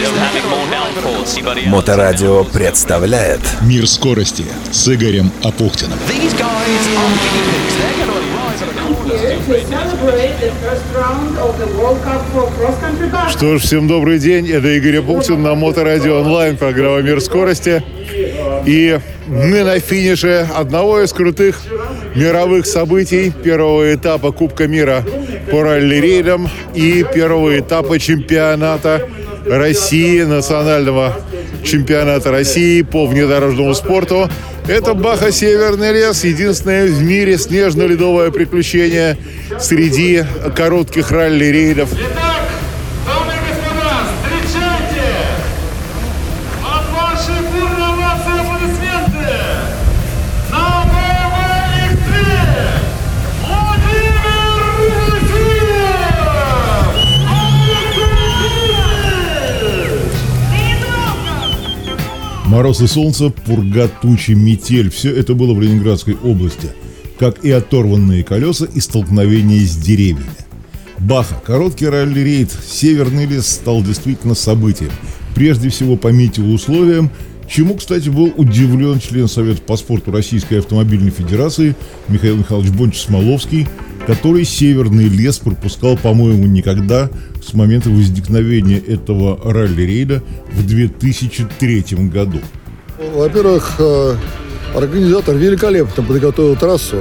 Моторадио представляет «Мир скорости» с Игорем Апухтиным. Что ж, всем добрый день. Это Игорь Апухтин на Моторадио онлайн, программа «Мир скорости». И мы на финише одного из крутых мировых событий, первого этапа Кубка мира по ралли-рейдам и первого этапа чемпионата России, национального чемпионата России по внедорожному спорту. Это Баха Северный лес, единственное в мире снежно-ледовое приключение среди коротких ралли-рейдов. Итак, дамы и господа, встречайте! От вашей бурной овации аплодисменты! На БМВ-X3 Владимир Васильев! Мороз и солнце, пурга, тучи, метель – все это было в Ленинградской области, как и оторванные колеса и столкновения с деревьями. Баха, короткий ралли-рейд, Северный лес стал действительно событием, прежде всего по метеоусловиям, чему, кстати, был удивлен член Совета по спорту Российской автомобильной федерации Михаил Михайлович Бонч-Смоловский, который Северный лес пропускал, по-моему, никогда с момента возникновения этого ралли-рейда в 2003 году. Во-первых, организатор великолепно подготовил трассу.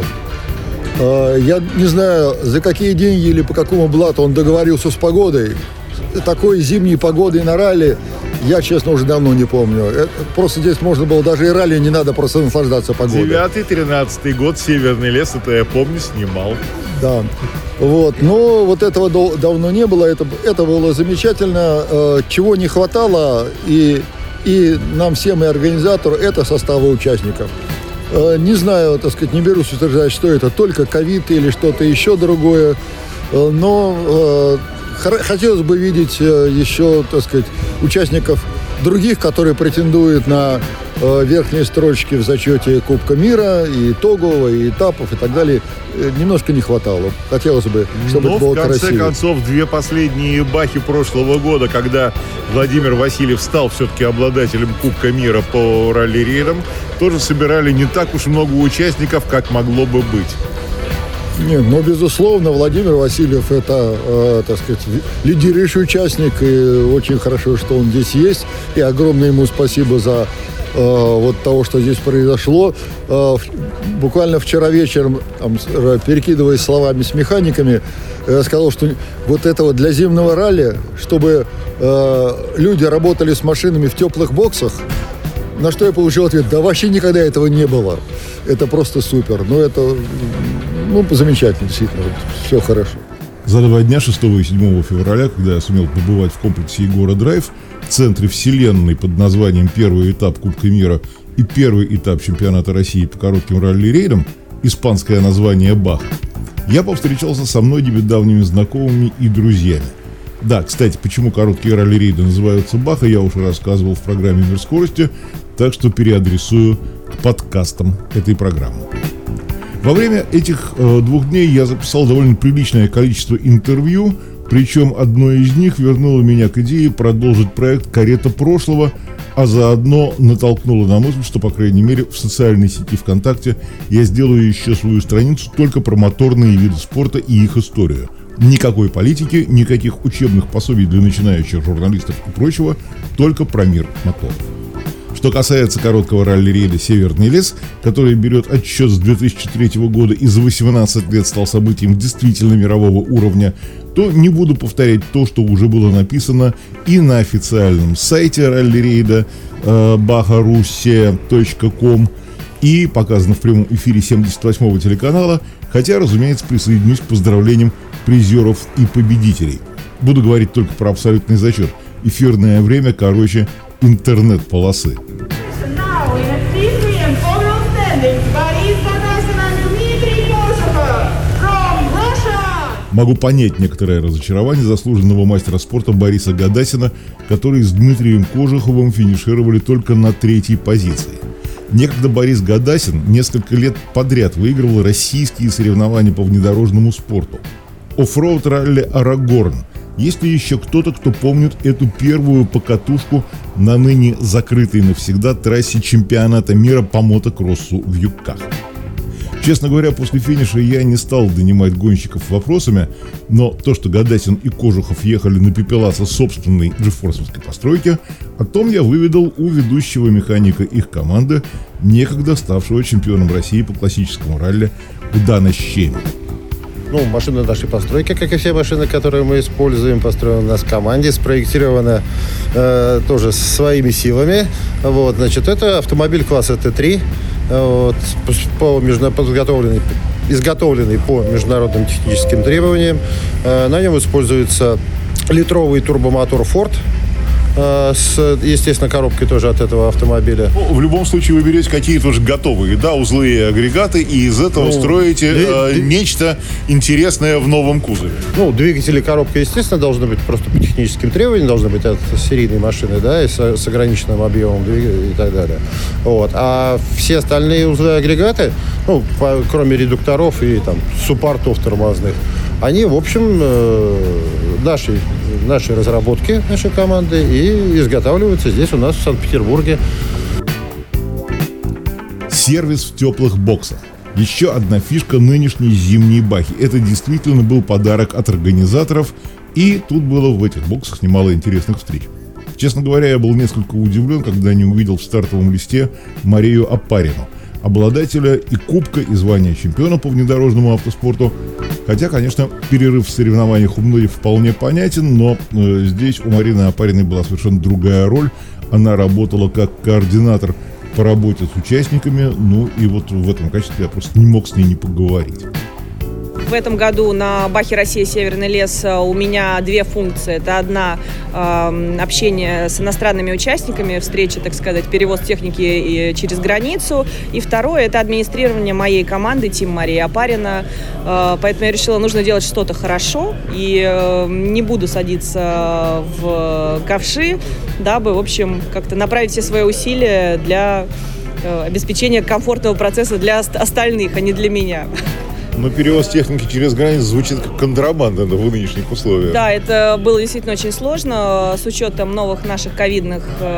Я не знаю, за какие деньги или по какому блату он договорился с погодой. Такой зимней погодой на ралли я, честно, уже давно не помню. Просто здесь можно было даже и ралли, не надо просто наслаждаться погодой. 9-13 год, Северный лес, это я помню, снимал. Да, вот, но вот этого давно не было, это было замечательно. Чего не хватало и нам всем, и организатору, это составы участников. Не знаю, так сказать, не берусь утверждать, что это только ковид или что-то еще другое, но хотелось бы видеть еще, так сказать, участников других, которые претендуют на верхние строчки в зачете Кубка мира, и итогового, и этапов, и так далее. Немножко не хватало. Хотелось бы, чтобы это было красиво. Но в конце концов, две последние бахи прошлого года, когда Владимир Васильев стал все-таки обладателем Кубка мира по ралли-рейдам, тоже собирали не так уж много участников, как могло бы быть. Нет, ну, безусловно, Владимир Васильев – это, так сказать, лидирующий участник, и очень хорошо, что он здесь есть. И огромное ему спасибо за вот того, что здесь произошло. Буквально вчера вечером, перекидываясь словами с механиками, сказал, что вот этого для зимнего ралли, чтобы люди работали с машинами в теплых боксах, на что я получил ответ: да вообще никогда этого не было. Это просто супер. Ну, это замечательно, действительно. Все хорошо. За 2 дня, 6 и 7 февраля, когда я сумел побывать в комплексе Егора Драйв, в центре вселенной под названием «Первый этап Кубка мира» и первый этап чемпионата России по коротким ралли-рейдам, испанское название «Баха», я повстречался со многими давними знакомыми и друзьями. Да, кстати, почему короткие ралли-рейды называются «Баха», я уже рассказывал в программе «Мир скорости», так что переадресую к подкастам этой программы. Во время этих 2 дней я записал довольно приличное количество интервью, причем одно из них вернуло меня к идее продолжить проект «Карета прошлого», а заодно натолкнуло на мысль, что, по крайней мере, в социальной сети ВКонтакте я сделаю еще свою страницу только про моторные виды спорта и их историю. Никакой политики, никаких учебных пособий для начинающих журналистов и прочего, только про мир моторов. Что касается короткого ралли-рейда «Северный лес», который берет отсчет с 2003 года и за 18 лет стал событием действительно мирового уровня, то не буду повторять то, что уже было написано и на официальном сайте ралли-рейда baharusia.com и показано в прямом эфире 78-го телеканала, хотя, разумеется, присоединюсь к поздравлениям призеров и победителей. Буду говорить только про абсолютный зачет. Эфирное время короче интернет-полосы. Могу понять некоторое разочарование заслуженного мастера спорта Бориса Гадасина, который с Дмитрием Кожуховым финишировали только на 3-й позиции. Некогда Борис Гадасин несколько лет подряд выигрывал российские соревнования по внедорожному спорту. Оффроуд ралли «Арагорн», Есть ли еще кто-то, кто помнит эту первую покатушку на ныне закрытой навсегда трассе чемпионата мира по мотокроссу в Юбках? Честно говоря, после финиша я не стал донимать гонщиков вопросами, но то, что Гадасин и Кожухов ехали на пепелаца собственной джеффорсовской постройки, о том я выведал у ведущего механика их команды, некогда ставшего чемпионом России по классическому ралли Удана Щемина. Ну, машина нашей постройки, как и все машины, которые мы используем, построена у нас в команде, спроектирована тоже своими силами. Вот, значит, это автомобиль класса Т3, вот, изготовленный по международным техническим требованиям. На нем используется литровый турбомотор Ford с, естественно, коробкой тоже от этого автомобиля. Ну, в любом случае вы берете какие-то уже готовые, да, узлы и агрегаты, и из этого строите нечто интересное в новом кузове. Ну, двигатель и коробка, естественно, должны быть просто по техническим требованиям, должны быть от серийной машины, да, и с ограниченным объемом двигателя и так далее. Вот. А все остальные узлы и агрегаты, ну, кроме редукторов и там суппортов тормозных, они, в общем, наши разработки, нашей команды, и изготавливаются здесь у нас в Санкт-Петербурге. Сервис в теплых боксах. Еще одна фишка нынешней зимней бахи. Это действительно был подарок от организаторов, и тут было в этих боксах немало интересных встреч. Честно говоря, я был несколько удивлен, когда не увидел в стартовом листе Марию Опарину, обладателя и кубка, и звания чемпиона по внедорожному автоспорту. Хотя, конечно, перерыв в соревнованиях у многих вполне понятен, но здесь у Марины Опариной была совершенно другая роль. Она работала как координатор по работе с участниками, ну и вот в этом качестве я просто не мог с ней не поговорить. В этом году на Бахе Россия Северный лес у меня две функции. Это одна общение с иностранными участниками, встречи, так сказать, перевоз техники через границу. И второе — это администрирование моей команды Team Марии Опарина. Поэтому я решила, нужно делать что-то хорошо и не буду садиться в ковши, дабы, в общем, как-то направить все свои усилия для обеспечения комфортного процесса для остальных, а не для меня. Но перевоз техники через границу звучит как контрабанда в нынешних условиях. Да, это было действительно очень сложно с учетом новых наших ковидных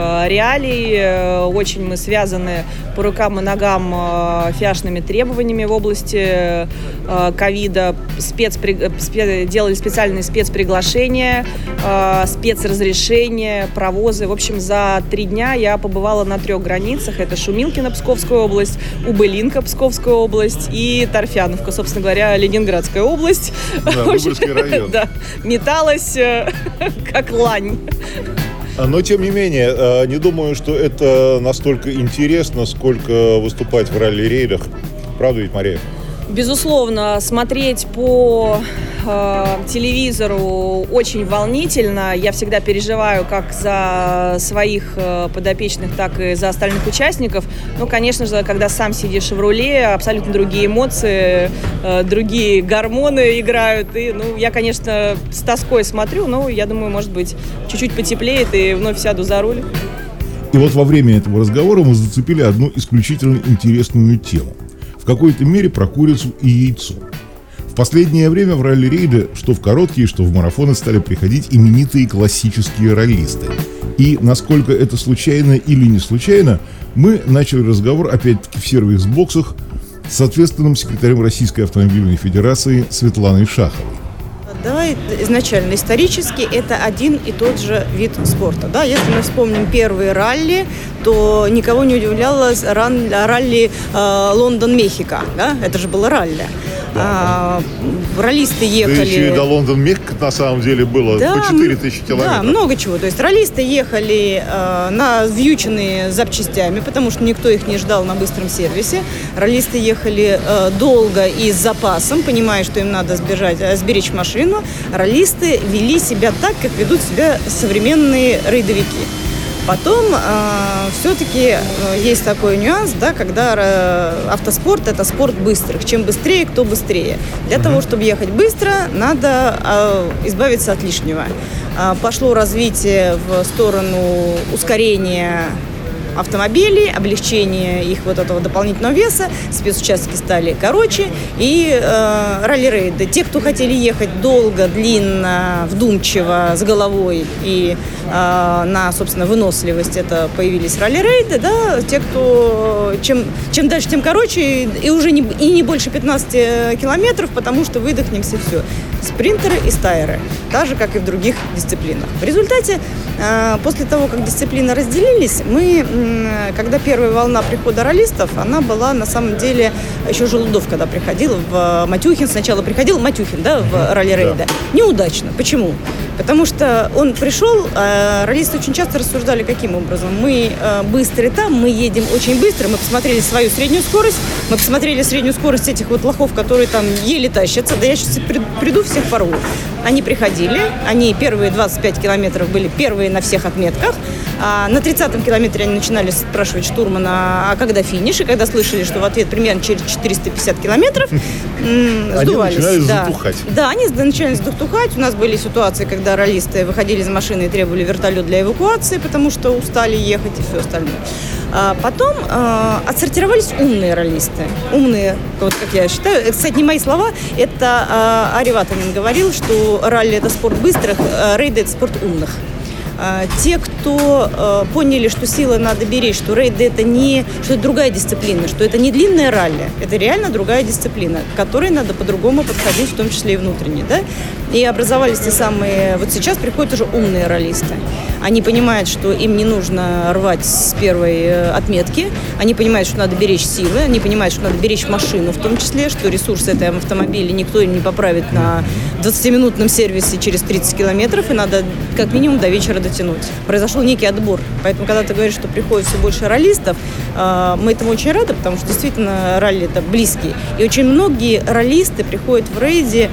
реалий. Очень мы связаны по рукам и ногам фиашными требованиями в области ковида. Делали специальные спецприглашения, спецразрешения, провозы. В общем, за 3 дня я побывала на 3 границах. Это Шумилкино, Псковская область, Убылинка, Псковская область и Торфяновка, собственно говоря, Ленинградская область. Да, Выборгский район. Да, металась как лань. Но, тем не менее, не думаю, что это настолько интересно, сколько выступать в ралли-рейдах. Правда ведь, Мария? Безусловно, смотреть по телевизору очень волнительно. Я всегда переживаю как за своих подопечных, так и за остальных участников. Ну, конечно же, когда сам сидишь в руле, абсолютно другие эмоции, другие гормоны играют. И, ну, я, конечно, с тоской смотрю, но я думаю, может быть, чуть-чуть потеплеет и вновь сяду за руль. И вот во время этого разговора мы зацепили одну исключительно интересную тему. В какой-то мере про курицу и яйцо. В последнее время в ралли-рейды, что в короткие, что в марафоны, стали приходить именитые классические раллисты. И насколько это случайно или не случайно, мы начали разговор, опять-таки, в сервис-боксах с ответственным секретарем Российской автомобильной федерации Светланой Шаховой. Да, изначально исторически это один и тот же вид спорта. Да, если мы вспомним первые ралли, то никого не удивляло ралли Лондон-Мехико. Да? Это же было ралли. Раллисты ехали... Да еще и до Лондон-Мехико на самом деле было по 4000 километров. Да, много чего. То есть раллисты ехали навьюченные запчастями, потому что никто их не ждал на быстром сервисе. Раллисты ехали долго и с запасом, понимая, что им надо сберечь машину. Раллисты вели себя так, как ведут себя современные рейдовики. Потом все-таки есть такой нюанс, да, когда автоспорт – это спорт быстрых. Чем быстрее, кто быстрее. Для того, чтобы ехать быстро, надо избавиться от лишнего. Пошло развитие в сторону ускорения автомобилей, облегчение их вот этого дополнительного веса, спецучастки стали короче, и ралли-рейды. Те, кто хотели ехать долго, длинно, вдумчиво, с головой и на, собственно, выносливость, это появились ралли-рейды, да, те, кто чем дальше, тем короче, и уже не больше 15 километров, потому что выдохнемся, все. Спринтеры и стайеры, так же, как и в других дисциплинах. В результате, после того, как дисциплины разделились, когда первая волна прихода раллистов, она была на самом деле, еще Желудов, когда приходил в Матюхин, сначала приходил Матюхин, да, в ралли-рейды. Да. Неудачно. Почему? Потому что он пришел, раллисты очень часто рассуждали, каким образом. Мы быстрые там, мы едем очень быстро, мы посмотрели свою среднюю скорость, мы посмотрели среднюю скорость этих вот лохов, которые там еле тащатся, да я сейчас приду, всех порву. Они приходили, они первые 25 километров были первые на всех отметках, а на 30-м километре они начинали спрашивать штурмана, а когда финиш, и когда слышали, что в ответ примерно через 450 километров, сдувались. Они начинали затухать. Да, они начинали затухать. У нас были ситуации, когда раллисты выходили из машины и требовали вертолет для эвакуации, потому что устали ехать и все остальное. Потом отсортировались умные раллисты. Умные, вот как я считаю. Кстати, не мои слова, это Ари Ватанин говорил, что ралли – это спорт быстрых, рейды – это спорт умных. Те, кто поняли, что силы надо беречь, что рейды это что это другая дисциплина, что это не длинное ралли, это реально другая дисциплина, к которой надо по-другому подходить, в том числе и внутренне, да? И образовались те самые, вот сейчас приходят уже умные раллисты. Они понимают, что им не нужно рвать с первой отметки, они понимают, что надо беречь силы, они понимают, что надо беречь машину, в том числе, что ресурсы этой автомобиля никто им не поправит на 20-минутном сервисе через 30 километров, и надо как минимум до вечера дотянуть. Произошел некий отбор. Поэтому, когда ты говоришь, что приходит все больше раллистов, мы этому очень рады, потому что действительно ралли это близкий. И очень многие раллисты приходят в рейде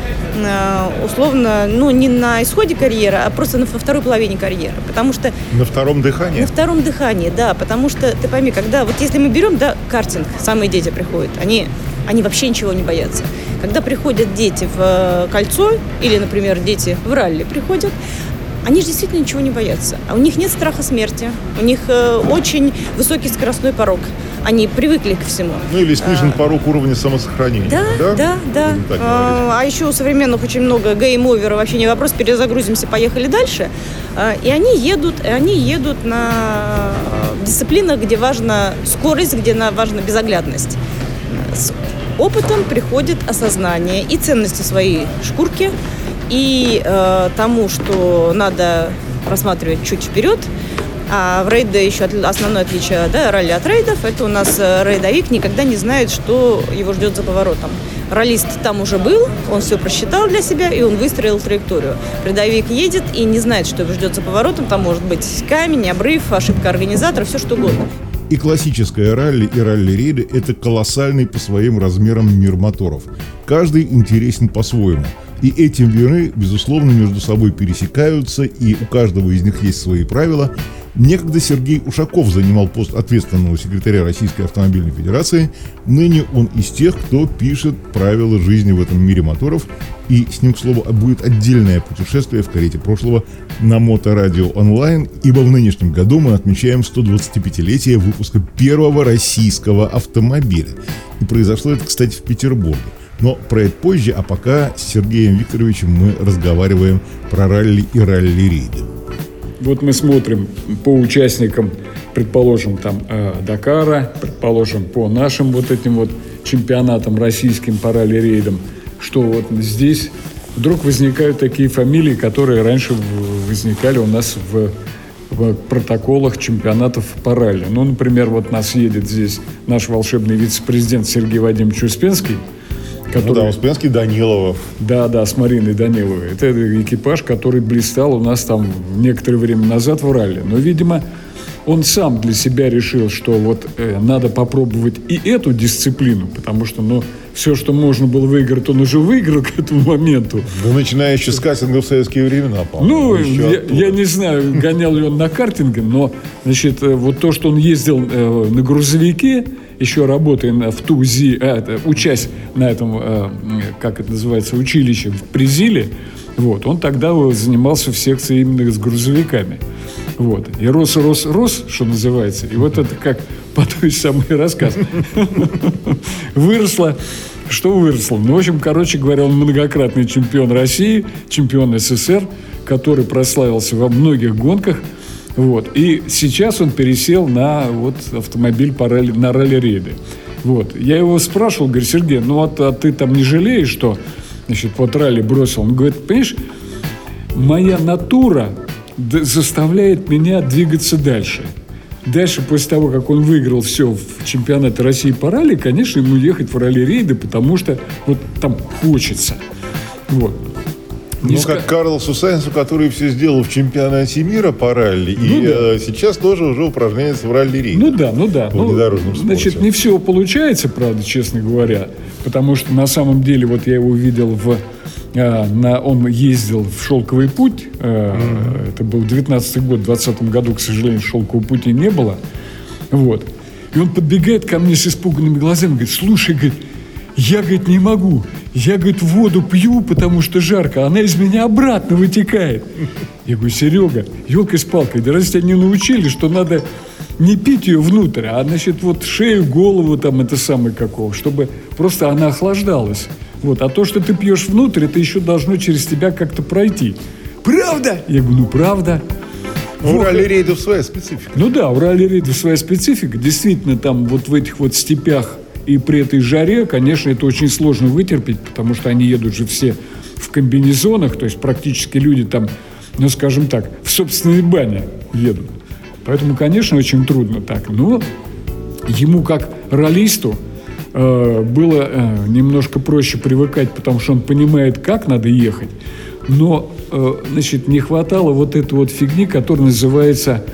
условно, не на исходе карьеры, а просто во второй половине карьеры. Потому что... На втором дыхании? На втором дыхании, да. Потому что, ты пойми, когда... Вот если мы берем, да, картинг, самые дети приходят, они вообще ничего не боятся. Когда приходят дети в кольцо, или, например, дети в ралли приходят, они же действительно ничего не боятся. А у них нет страха смерти. У них очень высокий скоростной порог. Они привыкли ко всему. Или снижен порог уровня самосохранения. Да. А еще у современных очень много гейм-овера, вообще не вопрос, перезагрузимся, поехали дальше. И они едут на дисциплинах, где важна скорость, где важна безоглядность. С опытом приходит осознание и ценности своей шкурки, и тому, что надо рассматривать чуть вперед. А в рейде еще основное отличие, да, ралли от рейдов, это у нас рейдовик никогда не знает, что его ждет за поворотом. Раллист там уже был, он все просчитал для себя, и он выстроил траекторию. Рейдовик едет и не знает, что его ждет за поворотом. Там может быть камень, обрыв, ошибка организатора, все что угодно. И классическое ралли, и ралли-рейды – это колоссальный по своим размерам мир моторов. Каждый интересен по-своему. И эти миры, безусловно, между собой пересекаются, и у каждого из них есть свои правила. Некогда Сергей Ушаков занимал пост ответственного секретаря Российской автомобильной федерации. Ныне он из тех, кто пишет правила жизни в этом мире моторов. И с ним, к слову, будет отдельное путешествие в карете прошлого на Моторадио онлайн, ибо в нынешнем году мы отмечаем 125-летие выпуска первого российского автомобиля. И произошло это, кстати, в Петербурге. Но про это позже, а пока с Сергеем Викторовичем мы разговариваем про ралли и ралли-рейды. Вот мы смотрим по участникам, предположим, там Дакара, предположим, по нашим вот этим вот чемпионатам российским по ралли-рейдам, что вот здесь вдруг возникают такие фамилии, которые раньше возникали у нас в протоколах чемпионатов по ралли. Ну, например, вот нас едет здесь наш волшебный вице-президент Сергей Вадимович Успенский, который... Успенский, Данилова. Да, с Мариной Даниловой. Это экипаж, который блистал у нас там некоторое время назад в ралли. Но, видимо, он сам для себя решил, что вот надо попробовать и эту дисциплину, потому что, все, что можно было выиграть, он уже выиграл к этому моменту. Начиная еще с картинга в советские времена, по-моему. Я не знаю, гонял ли он на картинге, но, значит, вот то, что он ездил на грузовике, еще работая в ТУЗИ, учась на этом, как это называется, училище в Призиле, вот, он тогда занимался в секции именно с грузовиками. Вот. И рос, что называется. И вот это как по той самой рассказ. Выросло. Что выросло? Ну, в общем, короче говоря, он многократный чемпион России, чемпион СССР, который прославился во многих гонках. Вот. И сейчас он пересел на вот автомобиль на ралли-рейды. Вот. Я его спрашивал, говорю: Сергей, ну а ты там не жалеешь, что, значит, вот ралли бросил? Он говорит: понимаешь, моя натура заставляет меня двигаться дальше. Дальше, после того, как он выиграл все в чемпионате России по ралли, конечно, ему ехать в ралли-рейды, потому что вот там хочется. Вот. Ну, как Карлосу Сайнсу, который все сделал в чемпионате мира по ралли, сейчас тоже уже упражняется в ралли-рейде. Ну да. В внедорожном спорте. Значит, не все получается, правда, честно говоря, потому что на самом деле, вот я его видел он ездил в «Шелковый путь», это был 19-й год, в 2020 году, к сожалению, «Шелкового пути» не было. Вот. И он подбегает ко мне с испуганными глазами, говорит: слушай, говорит, я, говорит, не могу. Я, говорит, воду пью, потому что жарко, она из меня обратно вытекает. Я говорю: Серега, елкой с палкой, да разве тебя не научили, что надо не пить ее внутрь, а, значит, вот шею, голову там, это самое какого, чтобы просто она охлаждалась. Вот. А то, что ты пьешь внутрь, это еще должно через тебя как-то пройти. Правда? Я говорю: ну, правда. У ралли-рейдов своя специфика. Ну да, у ралли-рейдов своя специфика. Действительно, там вот в этих вот степях и при этой жаре, конечно, это очень сложно вытерпеть, потому что они едут же все в комбинезонах, то есть практически люди там, ну, скажем так, в собственной бане едут. Поэтому, конечно, очень трудно так. Но ему, как раллисту, было немножко проще привыкать, потому что он понимает, как надо ехать. Но, значит, не хватало вот этой вот фигни, которая называется,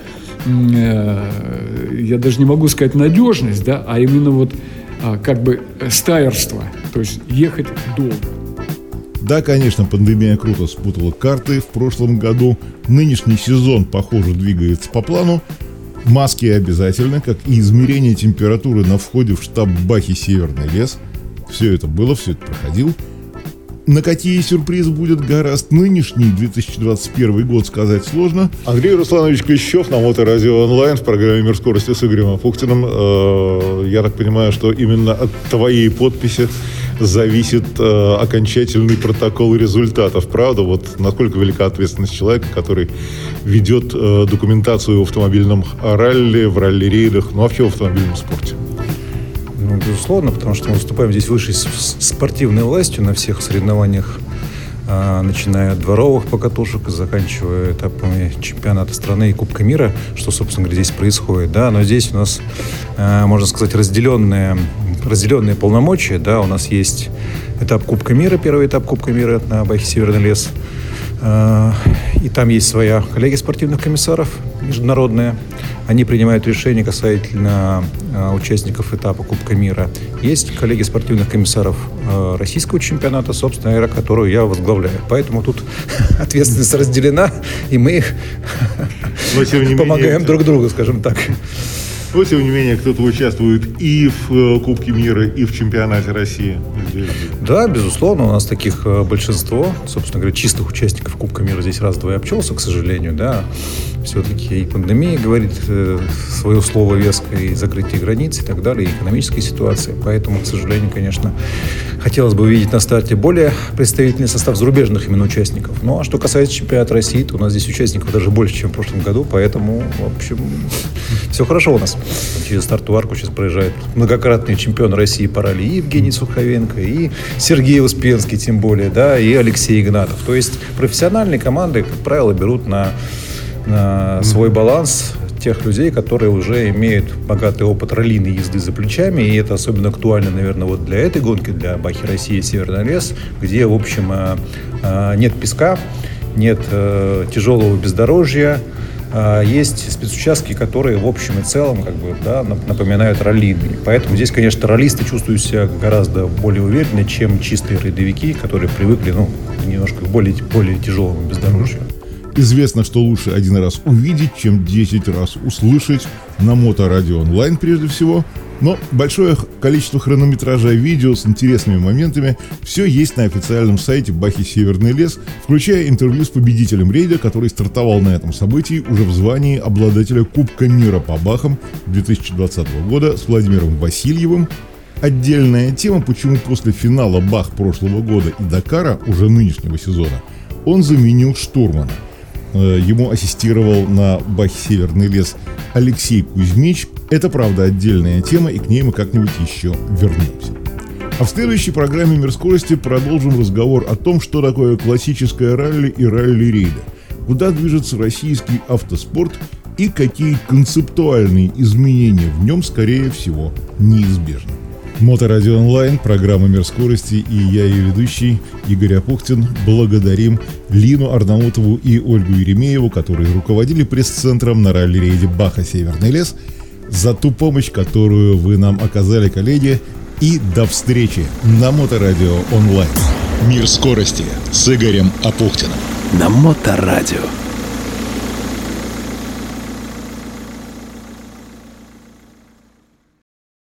я даже не могу сказать надежность, да, а именно вот как бы стайерство, то есть ехать долго. Да, конечно, пандемия круто спутала карты в прошлом году. Нынешний сезон, похоже, двигается по плану. Маски обязательно, как и измерение температуры на входе в штаб Бахи «Северный лес». Все это было, все это проходил. На какие сюрпризы будет гораст нынешний 2021 год, сказать сложно. Андрей Русланович Клещев на Моторадио Онлайн в программе «Мир скорости» с Игорем Апухтиным. Я так понимаю, что именно от твоей подписи зависит окончательный протокол результатов. Правда? Вот насколько велика ответственность человека, который ведет документацию в автомобильном ралли, в ралли-рейдах, ну а вообще в автомобильном спорте? Ну, безусловно, потому что мы выступаем здесь высшей спортивной властью на всех соревнованиях, начиная от дворовых покатушек и заканчивая этапами чемпионата страны и Кубка мира, что, собственно говоря, здесь происходит. Да? Но здесь у нас, можно сказать, разделенные полномочия. Да? У нас есть этап Кубка мира, первый этап Кубка мира на Бахе «Северный лес». И там есть своя коллегия спортивных комиссаров международная. Они принимают решения касательно участников этапа Кубка мира. Есть коллегия спортивных комиссаров российского чемпионата, собственно, которую я возглавляю. Поэтому тут ответственность разделена, и мы помогаем друг другу, скажем так. Но, тем не менее, кто-то участвует и в Кубке мира, и в чемпионате России. Да, безусловно, у нас таких большинство. Собственно говоря, чистых участников Кубка мира здесь раз-два и обчелся, к сожалению, да. Все-таки и пандемия говорит свое слово веско, и закрытие границ и так далее, и экономическая ситуация. Поэтому, к сожалению, конечно, хотелось бы увидеть на старте более представительный состав зарубежных именно участников. Ну, а что касается чемпионата России, то у нас здесь участников даже больше, чем в прошлом году, поэтому, в общем, все хорошо у нас. Через стартовую арку сейчас проезжает многократный чемпион России по ралли и Евгений Суховенко, и Сергей Успенский, тем более, да, и Алексей Игнатов. То есть профессиональные команды, как правило, берут на свой баланс тех людей, которые уже имеют богатый опыт раллийной езды за плечами, и это особенно актуально, наверное, вот для этой гонки, для Бахи России «Северный лес», где, в общем, нет песка, нет тяжелого бездорожья, есть спецучастки, которые в общем и целом как бы, да, напоминают раллийные. Поэтому здесь, конечно, раллисты чувствуют себя гораздо более уверенно, чем чистые рядовики, которые привыкли немножко к более тяжелому бездорожью. Известно, что лучше один раз увидеть, чем 10 раз услышать на Моторадио онлайн прежде всего. Но большое количество хронометража видео с интересными моментами все есть на официальном сайте Бахи Северный лес, включая интервью с победителем рейда, который стартовал на этом событии уже в звании обладателя Кубка мира по Бахам 2020 года с Владимиром Васильевым. Отдельная тема, почему после финала Бах прошлого года и Дакара, уже нынешнего сезона, он заменил штурмана. Ему ассистировал на Бахе Северный лес Алексей Кузьмич. Это, правда, отдельная тема, и к ней мы как-нибудь еще вернемся. А в следующей программе «Мир скорости» продолжим разговор о том, что такое классическое ралли и ралли-рейды, куда движется российский автоспорт и какие концептуальные изменения в нем, скорее всего, неизбежны. Моторадио онлайн, программа «Мир скорости» и я, ее ведущий Игорь Апухтин, благодарим Лину Арнаутову и Ольгу Еремееву, которые руководили пресс-центром на ралли-рейде Баха Северный лес, за ту помощь, которую вы нам оказали, коллеги, и до встречи на Моторадио онлайн. Мир скорости с Игорем Апухтиным. На Моторадио.